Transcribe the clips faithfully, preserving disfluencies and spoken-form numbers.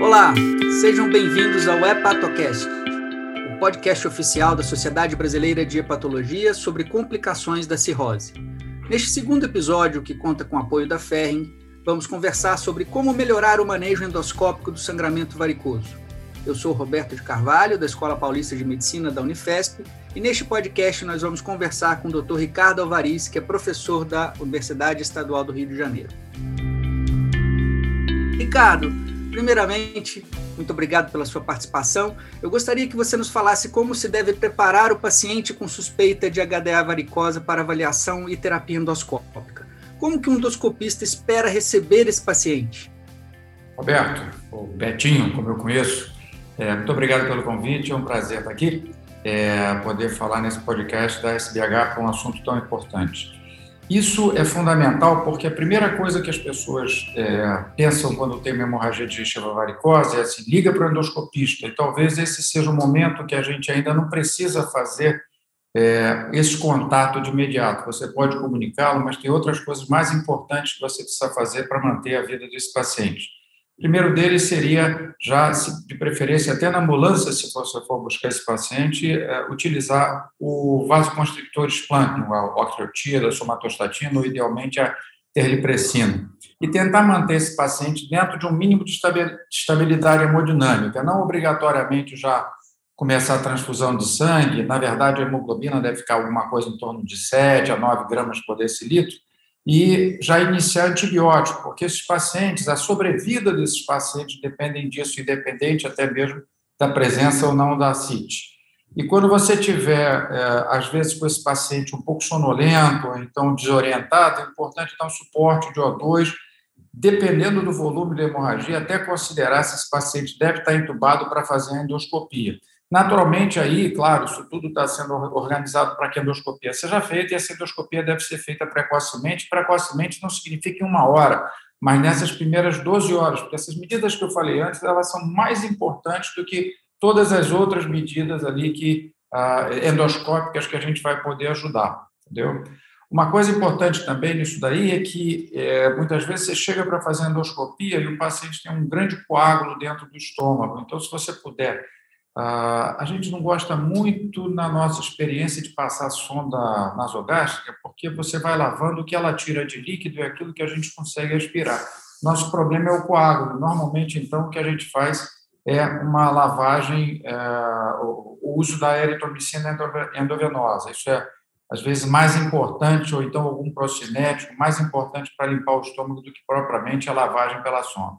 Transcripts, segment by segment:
Olá, sejam bem-vindos ao Hepatocast, o podcast oficial da Sociedade Brasileira de Hepatologia sobre complicações da cirrose. Neste segundo episódio, que conta com o apoio da Ferring, vamos conversar sobre como melhorar o manejo endoscópico do sangramento varicoso. Eu sou Roberto de Carvalho, da Escola Paulista de Medicina da Unifesp, e neste podcast nós vamos conversar com o doutor Ricardo Alvariz, que é professor da Universidade Estadual do Rio de Janeiro. Ricardo, primeiramente, muito obrigado pela sua participação. Eu gostaria que você nos falasse como se deve preparar o paciente com suspeita de H D A varicosa para avaliação e terapia endoscópica. Como que um endoscopista espera receber esse paciente? Roberto, ou Betinho, como eu conheço, é, muito obrigado pelo convite, é um prazer estar aqui, é, poder falar nesse podcast da S B H para um assunto tão importante. Isso é fundamental porque a primeira coisa que as pessoas é, pensam quando tem uma hemorragia digestiva varicosa é assim, liga para o endoscopista, e talvez esse seja o momento que a gente ainda não precisa fazer é, esse contato de imediato. Você pode comunicá-lo, mas tem outras coisas mais importantes que você precisa fazer para manter a vida desse paciente. O primeiro deles seria, já de preferência até na ambulância, se você for buscar esse paciente, é, utilizar o vasoconstrictor splunk, a octreotida, a somatostatina ou, idealmente, a terlipressina. E tentar manter esse paciente dentro de um mínimo de estabilidade hemodinâmica, não obrigatoriamente já começar a transfusão de sangue. Na verdade, a hemoglobina deve ficar alguma coisa em torno de sete a nove gramas por decilitro, e já iniciar antibiótico, porque esses pacientes, a sobrevida desses pacientes dependem disso, independente até mesmo da presença ou não da ascite. E quando você tiver, é, às vezes, com esse paciente um pouco sonolento, ou então desorientado, é importante dar um suporte de O dois, dependendo do volume da hemorragia, até considerar se esse paciente deve estar entubado para fazer a endoscopia. Naturalmente, aí, claro, isso tudo está sendo organizado para que a endoscopia seja feita, e essa endoscopia deve ser feita precocemente. Precocemente não significa em uma hora, mas nessas primeiras doze horas, porque essas medidas que eu falei antes, elas são mais importantes do que todas as outras medidas ali que, ah, endoscópicas que a gente vai poder ajudar, entendeu? Uma coisa importante também nisso daí é que, é, muitas vezes, você chega para fazer endoscopia e o paciente tem um grande coágulo dentro do estômago. Então, se você puder... Uh, a gente não gosta muito, na nossa experiência, de passar sonda nasogástrica, porque você vai lavando o que ela tira de líquido e aquilo que a gente consegue aspirar. Nosso problema é o coágulo. Normalmente, então, o que a gente faz é uma lavagem, uh, o, o uso da eritromicina endovenosa. Isso é, às vezes, mais importante, ou então algum procinético, mais importante para limpar o estômago do que propriamente a lavagem pela sonda.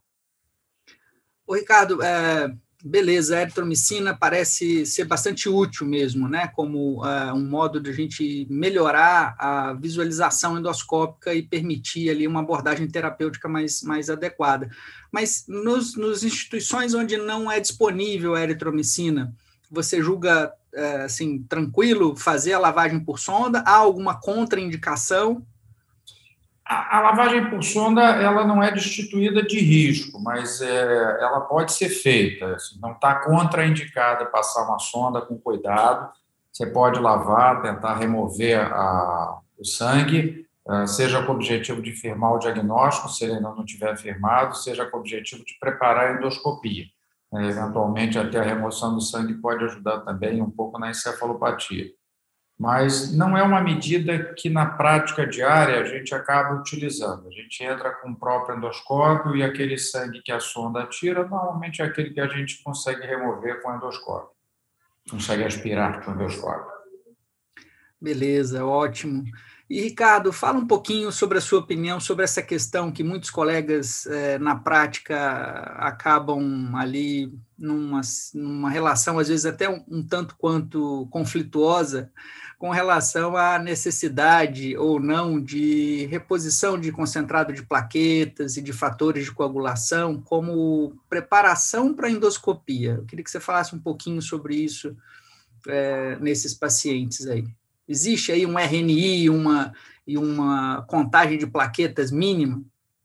Ô, Ricardo, é... beleza, a eritromicina parece ser bastante útil mesmo, né, como uh, um modo de a gente melhorar a visualização endoscópica e permitir ali uma abordagem terapêutica mais, mais adequada. Mas nos, nos instituições onde não é disponível a eritromicina, você julga, uh, assim, tranquilo fazer a lavagem por sonda? Há alguma contraindicação? A, a lavagem por sonda, ela não é destituída de risco, mas é, ela pode ser feita. Assim, não está contraindicada passar uma sonda com cuidado. Você pode lavar, tentar remover a, o sangue, uh, seja com o objetivo de firmar o diagnóstico, se ele ainda não tiver firmado, seja com o objetivo de preparar a endoscopia. Uh, eventualmente, até a remoção do sangue pode ajudar também um pouco na encefalopatia. Mas não é uma medida que, na prática diária, a gente acaba utilizando. A gente entra com o próprio endoscópio e aquele sangue que a sonda tira, normalmente é aquele que a gente consegue remover com o endoscópio, consegue aspirar com o endoscópio. Beleza, ótimo. E, Ricardo, fala um pouquinho sobre a sua opinião sobre essa questão que muitos colegas, eh, na prática, acabam ali numa, numa relação, às vezes, até um, um tanto quanto conflituosa, com relação à necessidade ou não de reposição de concentrado de plaquetas e de fatores de coagulação como preparação para a endoscopia. Eu queria que você falasse um pouquinho sobre isso, eh, nesses pacientes aí. Existe aí um R N I uma, e uma contagem de plaquetas mínima?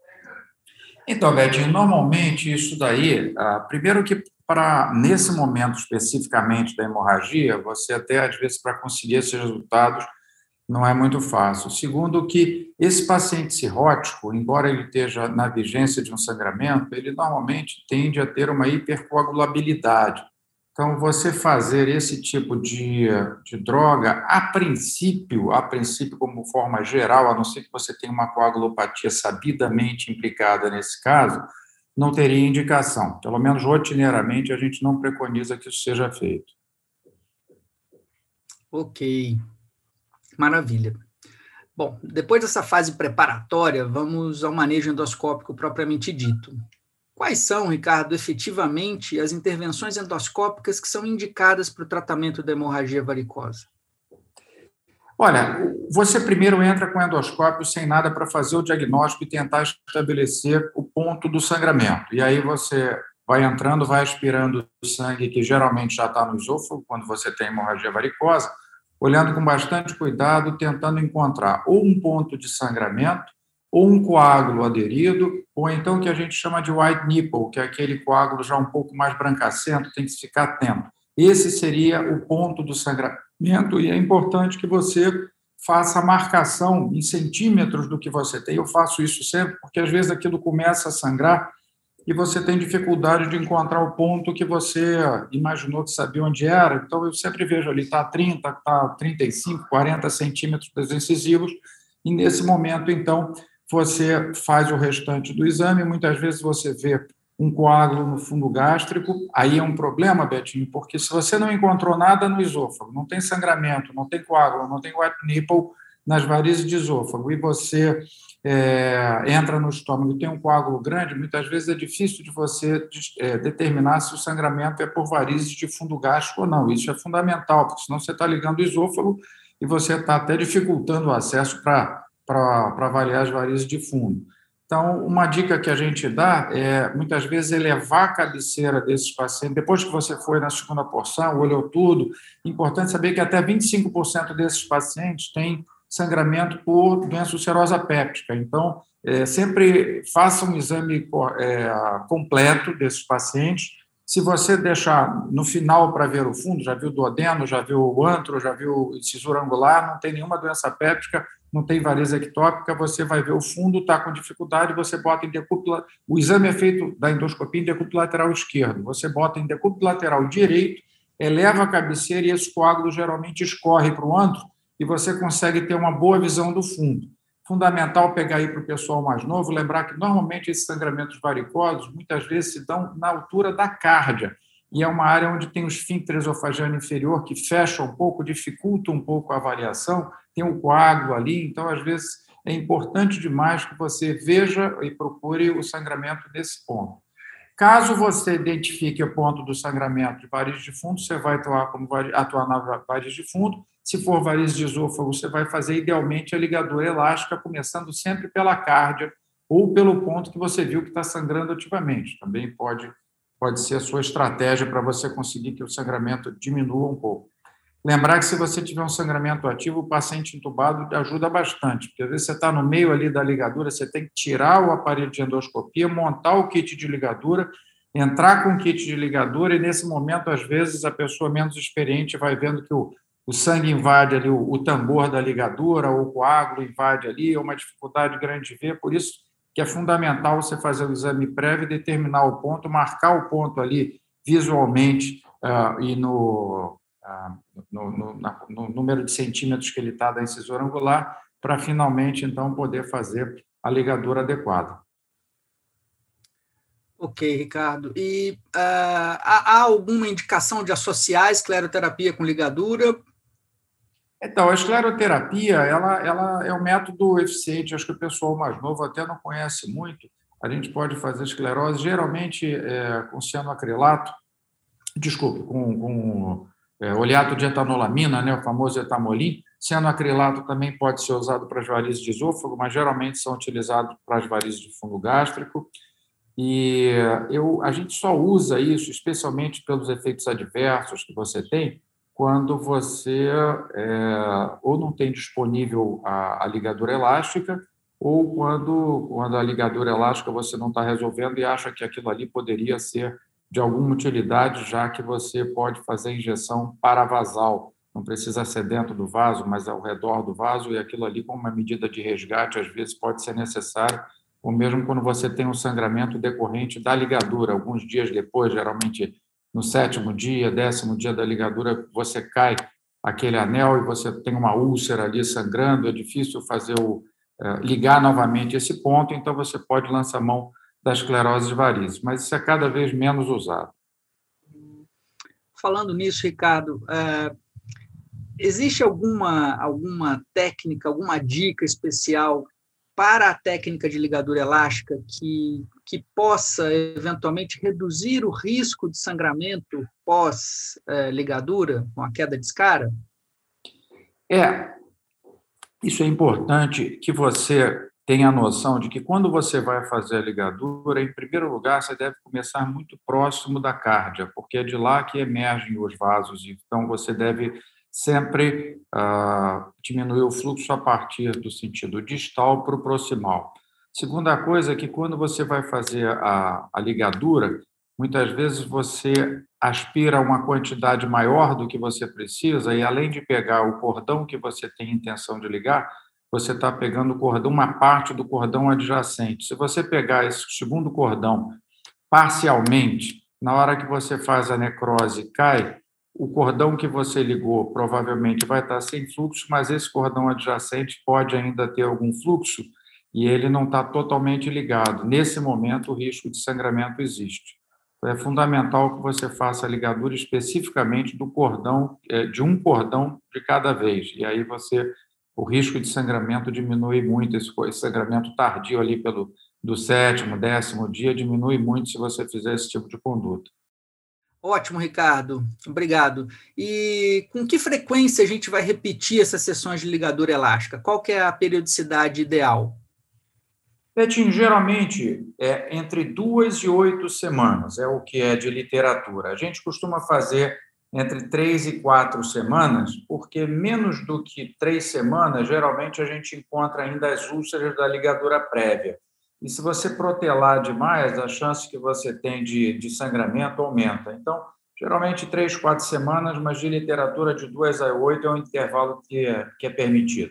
Então, Betinho, normalmente isso daí, ah, primeiro que para, nesse momento especificamente da hemorragia, você até, às vezes, para conseguir esses resultados, não é muito fácil. Segundo, que esse paciente cirrótico, embora ele esteja na vigência de um sangramento, ele normalmente tende a ter uma hipercoagulabilidade. Então, você fazer esse tipo de, de droga, a princípio, a princípio, como forma geral, a não ser que você tenha uma coagulopatia sabidamente implicada nesse caso, não teria indicação. Pelo menos rotineiramente, a gente não preconiza que isso seja feito. Ok, maravilha. Bom, depois dessa fase preparatória, vamos ao manejo endoscópico propriamente dito. Quais são, Ricardo, efetivamente, as intervenções endoscópicas que são indicadas para o tratamento da hemorragia varicosa? Olha, você primeiro entra com o endoscópio sem nada para fazer o diagnóstico e tentar estabelecer o ponto do sangramento. E aí você vai entrando, vai aspirando o sangue que geralmente já está no esôfago, quando você tem hemorragia varicosa, olhando com bastante cuidado, tentando encontrar ou um ponto de sangramento, ou um coágulo aderido, ou então o que a gente chama de white nipple, que é aquele coágulo já um pouco mais brancacento, tem que ficar atento. Esse seria o ponto do sangramento, e é importante que você faça a marcação em centímetros do que você tem. Eu faço isso sempre, porque às vezes aquilo começa a sangrar e você tem dificuldade de encontrar o ponto que você imaginou que sabia onde era. Então, eu sempre vejo ali, está a trinta, está a trinta e cinco, quarenta centímetros dos incisivos, e nesse momento, então, você faz o restante do exame. Muitas vezes você vê um coágulo no fundo gástrico, aí é um problema, Betinho, porque se você não encontrou nada no esôfago, não tem sangramento, não tem coágulo, não tem white nipple nas varizes de esôfago, e você é, entra no estômago e tem um coágulo grande, muitas vezes é difícil de você é, determinar se o sangramento é por varizes de fundo gástrico ou não. Isso é fundamental, porque senão você está ligando o esôfago e você está até dificultando o acesso para para avaliar as varizes de fundo. Então, uma dica que a gente dá é, muitas vezes, elevar a cabeceira desses pacientes. Depois que você foi na segunda porção, olhou tudo, é importante saber que até vinte e cinco por cento desses pacientes têm sangramento por doença ulcerosa péptica. Então, é, sempre faça um exame é, completo desses pacientes. Se você deixar no final para ver o fundo, já viu duodeno, já viu o antro, já viu cisura angular, não tem nenhuma doença péptica, não tem variz ectópica, você vai ver o fundo, está com dificuldade, você bota em decúbito, o exame é feito da endoscopia em decúbito lateral esquerdo, você bota em decúbito lateral direito, eleva a cabeceira e esse coágulo geralmente escorre para o antro e você consegue ter uma boa visão do fundo. Fundamental pegar aí para o pessoal mais novo, lembrar que normalmente esses sangramentos varicosos muitas vezes se dão na altura da cárdia, e é uma área onde tem o esfíncter esofagiano inferior que fecha um pouco, dificulta um pouco a avaliação, tem um coágulo ali, então às vezes é importante demais que você veja e procure o sangramento nesse ponto. Caso você identifique o ponto do sangramento de variz de fundo, você vai atuar, como, atuar na variz de fundo. Se for variz de esôfago, você vai fazer, idealmente, a ligadura elástica, começando sempre pela cárdia ou pelo ponto que você viu que está sangrando ativamente. Também pode, pode ser a sua estratégia para você conseguir que o sangramento diminua um pouco. Lembrar que, se você tiver um sangramento ativo, o paciente entubado ajuda bastante, porque às vezes você está no meio ali da ligadura, você tem que tirar o aparelho de endoscopia, montar o kit de ligadura, entrar com o kit de ligadura, e nesse momento, às vezes, a pessoa menos experiente vai vendo que o, o sangue invade ali o, o tambor da ligadura, ou o coágulo invade ali, é uma dificuldade grande de ver, por isso que é fundamental você fazer o exame prévio, determinar o ponto, marcar o ponto ali visualmente uh, e no... No, no, no número de centímetros que ele está da incisora angular, para finalmente, então, poder fazer a ligadura adequada. Ok, Ricardo. E uh, há, há alguma indicação de associar a escleroterapia com ligadura? Então, a escleroterapia ela, ela é um método eficiente, acho que o pessoal mais novo até não conhece muito. A gente pode fazer esclerose, geralmente, é, com cianoacrilato, desculpe, com... com É, oleato de etanolamina, né, o famoso etamolim. Cianoacrilato também pode ser usado para as varizes de esôfago, mas geralmente são utilizados para as varizes de fundo gástrico. E eu, a gente só usa isso, especialmente pelos efeitos adversos que você tem, quando você é, ou não tem disponível a, a ligadura elástica, ou quando, quando a ligadura elástica você não está resolvendo e acha que aquilo ali poderia ser de alguma utilidade, já que você pode fazer injeção paravasal não precisa ser dentro do vaso, mas ao redor do vaso, e aquilo ali, como uma medida de resgate, às vezes pode ser necessário, ou mesmo quando você tem um sangramento decorrente da ligadura. Alguns dias depois, geralmente no sétimo dia, décimo dia da ligadura, você cai aquele anel e você tem uma úlcera ali sangrando, é difícil fazer o, eh, ligar novamente esse ponto, então você pode lançar mão da esclerose de varizes, mas isso é cada vez menos usado. Falando nisso, Ricardo, é, existe alguma, alguma técnica, alguma dica especial para a técnica de ligadura elástica que, que possa, eventualmente, reduzir o risco de sangramento pós-ligadura, com a queda de escara? É, isso é importante que você tenha a noção de que quando você vai fazer a ligadura, em primeiro lugar, você deve começar muito próximo da cárdia, porque é de lá que emergem os vasos, então você deve sempre ah, diminuir o fluxo a partir do sentido distal para o proximal. Segunda coisa é que quando você vai fazer a, a ligadura, muitas vezes você aspira uma quantidade maior do que você precisa e, além de pegar o cordão que você tem intenção de ligar, você está pegando o cordão, uma parte do cordão adjacente. Se você pegar esse segundo cordão parcialmente, na hora que você faz a necrose e cai, o cordão que você ligou provavelmente vai estar sem fluxo, mas esse cordão adjacente pode ainda ter algum fluxo e ele não está totalmente ligado. Nesse momento, o risco de sangramento existe. Então, é fundamental que você faça a ligadura especificamente do cordão, de um cordão de cada vez. E aí você, o risco de sangramento diminui muito, esse sangramento tardio ali pelo do sétimo, décimo dia, diminui muito se você fizer esse tipo de conduta. Ótimo, Ricardo. Obrigado. E com que frequência a gente vai repetir essas sessões de ligadura elástica? Qual que é a periodicidade ideal? Betinho, geralmente é entre duas e oito semanas, é o que é de literatura. A gente costuma fazer entre três e quatro semanas, porque menos do que três semanas, geralmente a gente encontra ainda as úlceras da ligadura prévia. E se você protelar demais, a chance que você tem de, de sangramento aumenta. Então, geralmente três, quatro semanas, mas de literatura de duas a oito é um intervalo que é, que é permitido.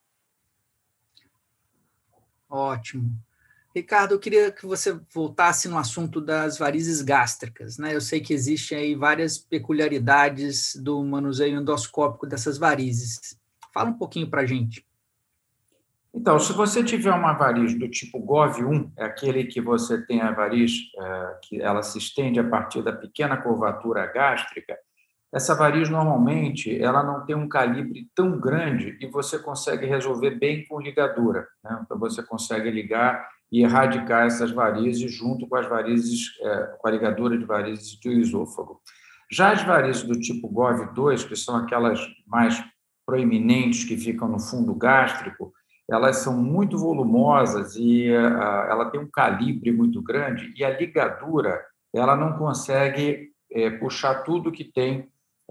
Ótimo. Ricardo, eu queria que você voltasse no assunto das varizes gástricas, né? Eu sei que existem aí várias peculiaridades do manuseio endoscópico dessas varizes. Fala um pouquinho para a gente. Então, se você tiver uma variz do tipo G O V um, é aquele que você tem a variz é, que ela se estende a partir da pequena curvatura gástrica, essa variz, normalmente, ela não tem um calibre tão grande e você consegue resolver bem com ligadura, né? Então, você consegue ligar e erradicar essas varizes junto com as varizes, é, com a ligadura de varizes do esôfago. Já as varizes do tipo G O V dois, que são aquelas mais proeminentes que ficam no fundo gástrico, elas são muito volumosas e uh, ela tem um calibre muito grande e a ligadura ela não consegue é, puxar tudo que tem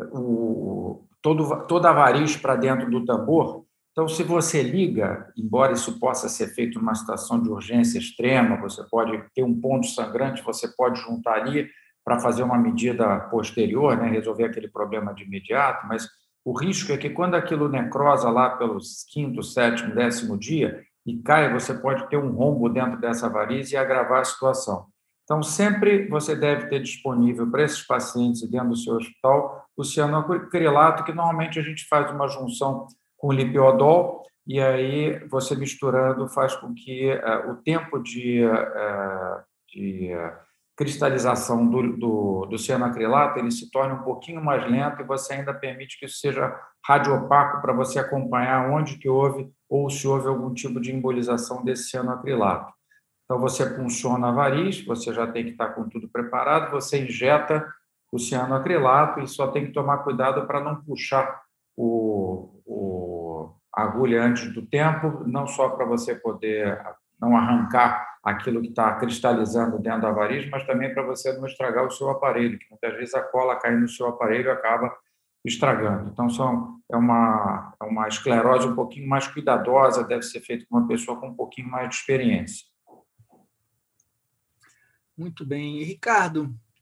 o, todo, toda a variz para dentro do tambor. Então, se você liga, embora isso possa ser feito numa situação de urgência extrema, você pode ter um ponto sangrante, você pode juntar ali para fazer uma medida posterior, né, resolver aquele problema de imediato, mas o risco é que quando aquilo necrosa lá pelo quinto, sétimo, décimo dia e cai, você pode ter um rombo dentro dessa variz e agravar a situação. Então, sempre você deve ter disponível para esses pacientes dentro do seu hospital o cianoacrilato, que normalmente a gente faz uma junção com lipiodol, e aí você misturando faz com que uh, o tempo de, uh, de uh, cristalização do, do, do cianoacrilato ele se torne um pouquinho mais lento e você ainda permite que isso seja radiopaco para você acompanhar onde que houve ou se houve algum tipo de embolização desse cianoacrilato. Então, você punciona a variz, você já tem que estar com tudo preparado, você injeta o cianoacrilato e só tem que tomar cuidado para não puxar o, o, a agulha antes do tempo, não só para você poder não arrancar aquilo que está cristalizando dentro da variz, mas também para você não estragar o seu aparelho, que muitas vezes a cola cai no seu aparelho e acaba estragando. Então, são, é, uma, é uma esclerose um pouquinho mais cuidadosa, deve ser feita com uma pessoa com um pouquinho mais de experiência. Muito bem. E, Ricardo,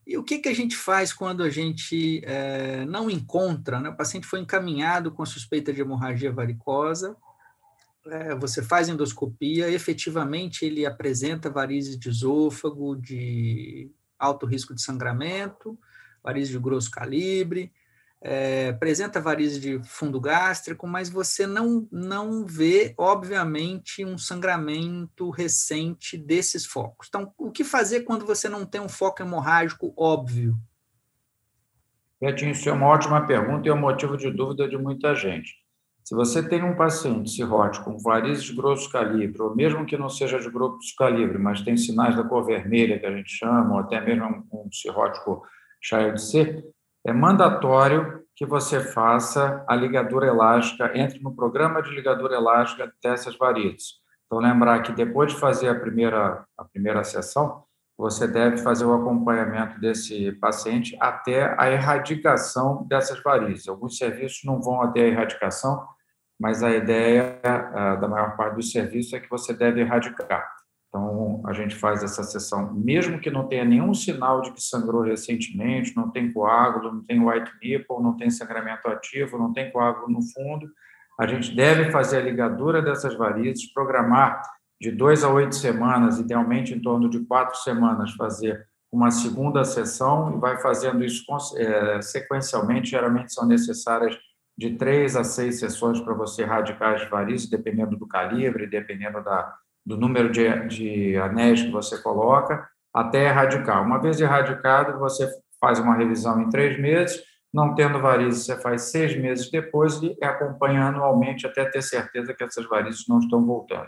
E o que, que a gente faz quando a gente é, não encontra, né? O paciente foi encaminhado com suspeita de hemorragia varicosa, é, você faz endoscopia, efetivamente ele apresenta varizes de esôfago, de alto risco de sangramento, varizes de grosso calibre, é, apresenta varizes de fundo gástrico, mas você não, não vê, obviamente, um sangramento recente desses focos. Então, o que fazer quando você não tem um foco hemorrágico óbvio? Betinho, isso é uma ótima pergunta e é um motivo de dúvida de muita gente. Se você tem um paciente cirrótico com varizes de grosso calibre, ou mesmo que não seja de grosso calibre, mas tem sinais da cor vermelha, que a gente chama, ou até mesmo um, um cirrótico Child C, é mandatório que você faça a ligadura elástica, entre no programa de ligadura elástica dessas varizes. Então, lembrar que depois de fazer a primeira, a primeira sessão, você deve fazer o acompanhamento desse paciente até a erradicação dessas varizes. Alguns serviços não vão até a erradicação, mas a ideia da maior parte dos serviços é que você deve erradicar. Então, a gente faz essa sessão, mesmo que não tenha nenhum sinal de que sangrou recentemente, não tem coágulo, não tem white nipple, não tem sangramento ativo, não tem coágulo no fundo, a gente deve fazer a ligadura dessas varizes, programar de duas a oito semanas, idealmente em torno de quatro semanas, fazer uma segunda sessão e vai fazendo isso é, sequencialmente. Geralmente são necessárias de três a seis sessões para você erradicar as varizes, dependendo do calibre, dependendo da, do número de, de anéis que você coloca, até erradicar. Uma vez erradicado, você faz uma revisão em três meses, não tendo varizes, você faz seis meses depois e acompanha anualmente até ter certeza que essas varizes não estão voltando.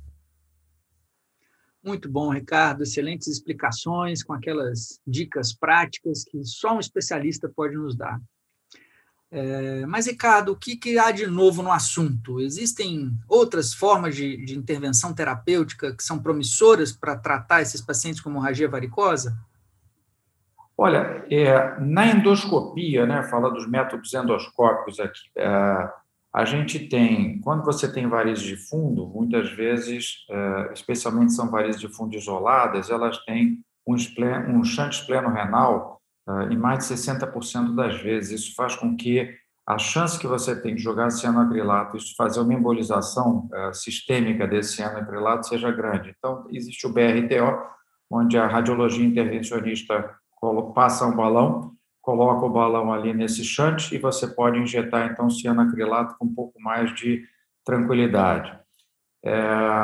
Muito bom, Ricardo. Excelentes explicações com aquelas dicas práticas que só um especialista pode nos dar. É, mas, Ricardo, o que, que há de novo no assunto? Existem outras formas de, de intervenção terapêutica que são promissoras para tratar esses pacientes com hemorragia varicosa? Olha, é, na endoscopia, né, fala dos métodos endoscópicos aqui, é, a gente tem, quando você tem varizes de fundo, muitas vezes, é, especialmente são varizes de fundo isoladas, elas têm um, espleno, um shunt espleno-renal é, em mais de sessenta por cento das vezes. Isso faz com que a chance que você tem de jogar cianoacrilato, isso fazer uma embolização é, sistêmica desse cianoacrilato seja grande. Então, existe o B R T O, onde a radiologia intervencionista passa um balão, coloca o balão ali nesse shunt e você pode injetar, então, cianoacrilato com um pouco mais de tranquilidade. É,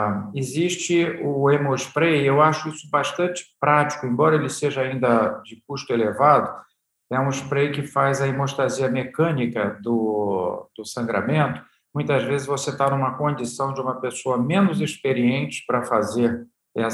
existe o hemospray, eu acho isso bastante prático, embora ele seja ainda de custo elevado, é um spray que faz a hemostasia mecânica do, do sangramento. Muitas vezes você está numa condição de uma pessoa menos experiente para fazer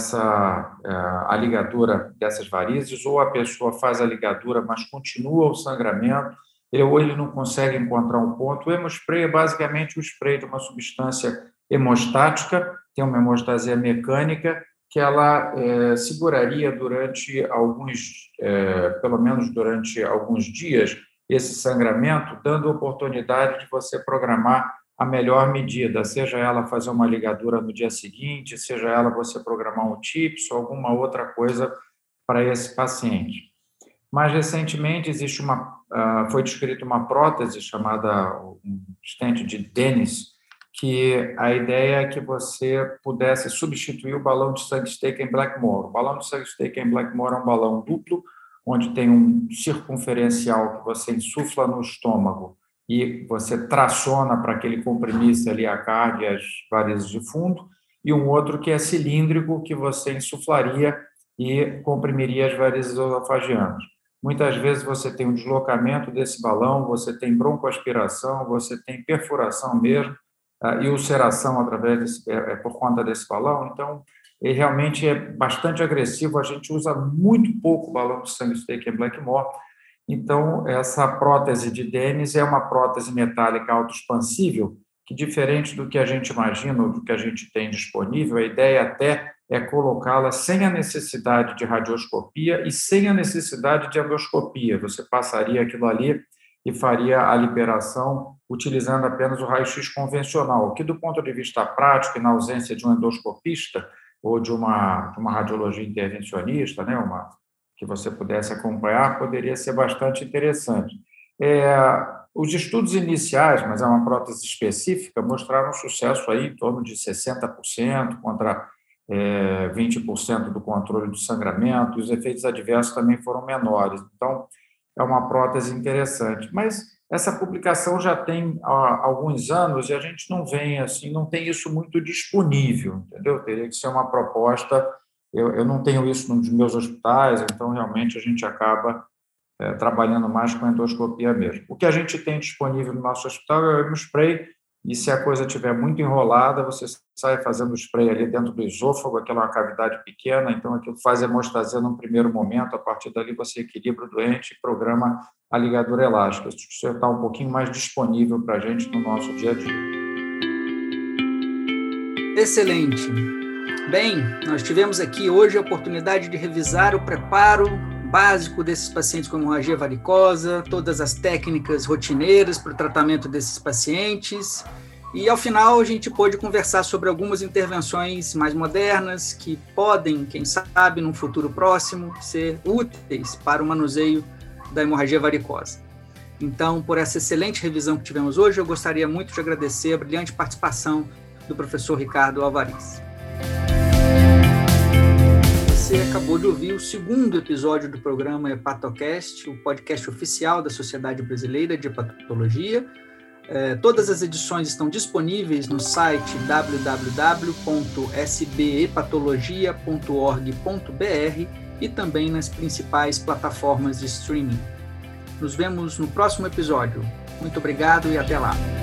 essa a ligadura dessas varizes, ou a pessoa faz a ligadura, mas continua o sangramento, ou ele não consegue encontrar um ponto. O hemospray é basicamente o spray de uma substância hemostática, tem uma hemostasia mecânica, que ela é, seguraria durante alguns, é, pelo menos durante alguns dias, esse sangramento, dando oportunidade de você programar a melhor medida, seja ela fazer uma ligadura no dia seguinte, seja ela você programar um TIPS ou alguma outra coisa para esse paciente. Mais recentemente, existe uma, uh, foi descrita uma prótese chamada um stent de Dennis, que a ideia é que você pudesse substituir o balão de sangue Staken Blackmore. O balão de sangue Staken Blackmore é um balão duplo, onde tem um circunferencial que você insufla no estômago e você traciona para que ele comprimisse ali a carne e as varizes de fundo, e um outro que é cilíndrico, que você insuflaria e comprimiria as varizes esofagianas. Muitas vezes você tem um deslocamento desse balão, você tem broncoaspiração, você tem perfuração mesmo, e ulceração através desse, é, por conta desse balão. Então, ele realmente é bastante agressivo. A gente usa muito pouco balão de sangue Staken Blackmore. Então, essa prótese de Dennis é uma prótese metálica autoexpansível, que, diferente do que a gente imagina, ou do que a gente tem disponível, a ideia até é colocá-la sem a necessidade de radioscopia e sem a necessidade de endoscopia. Você passaria aquilo ali e faria a liberação utilizando apenas o raio-x convencional, que, do ponto de vista prático, e na ausência de um endoscopista ou de uma, de uma radiologia intervencionista, né, uma que você pudesse acompanhar, poderia ser bastante interessante. É, os estudos iniciais, mas é uma prótese específica, mostraram sucesso aí em torno de sessenta por cento contra é, vinte por cento do controle do sangramento, e os efeitos adversos também foram menores. Então, é uma prótese interessante. Mas essa publicação já tem há alguns anos e a gente não vem assim, não tem isso muito disponível, entendeu? Teria que ser uma proposta. Eu, eu não tenho isso nos meus hospitais, então realmente a gente acaba é, trabalhando mais com endoscopia mesmo. O que a gente tem disponível no nosso hospital é o hemospray, e se a coisa estiver muito enrolada, você sai fazendo o spray ali dentro do esôfago, aquela é uma cavidade pequena, então aquilo faz hemostasia num primeiro momento, a partir dali você equilibra o doente e programa a ligadura elástica. Isso está um pouquinho mais disponível para a gente no nosso dia a dia. Excelente. Bem, nós tivemos aqui hoje a oportunidade de revisar o preparo básico desses pacientes com hemorragia varicosa, todas as técnicas rotineiras para o tratamento desses pacientes, e ao final a gente pôde conversar sobre algumas intervenções mais modernas que podem, quem sabe, num futuro próximo, ser úteis para o manuseio da hemorragia varicosa. Então, por essa excelente revisão que tivemos hoje, eu gostaria muito de agradecer a brilhante participação do professor Ricardo Alvariz. Você acabou de ouvir o segundo episódio do programa Hepatocast, o podcast oficial da Sociedade Brasileira de Hepatologia. É, todas as edições estão disponíveis no site w w w ponto s b hepatologia ponto org ponto b r e também nas principais plataformas de streaming. Nos vemos no próximo episódio. Muito obrigado e até lá!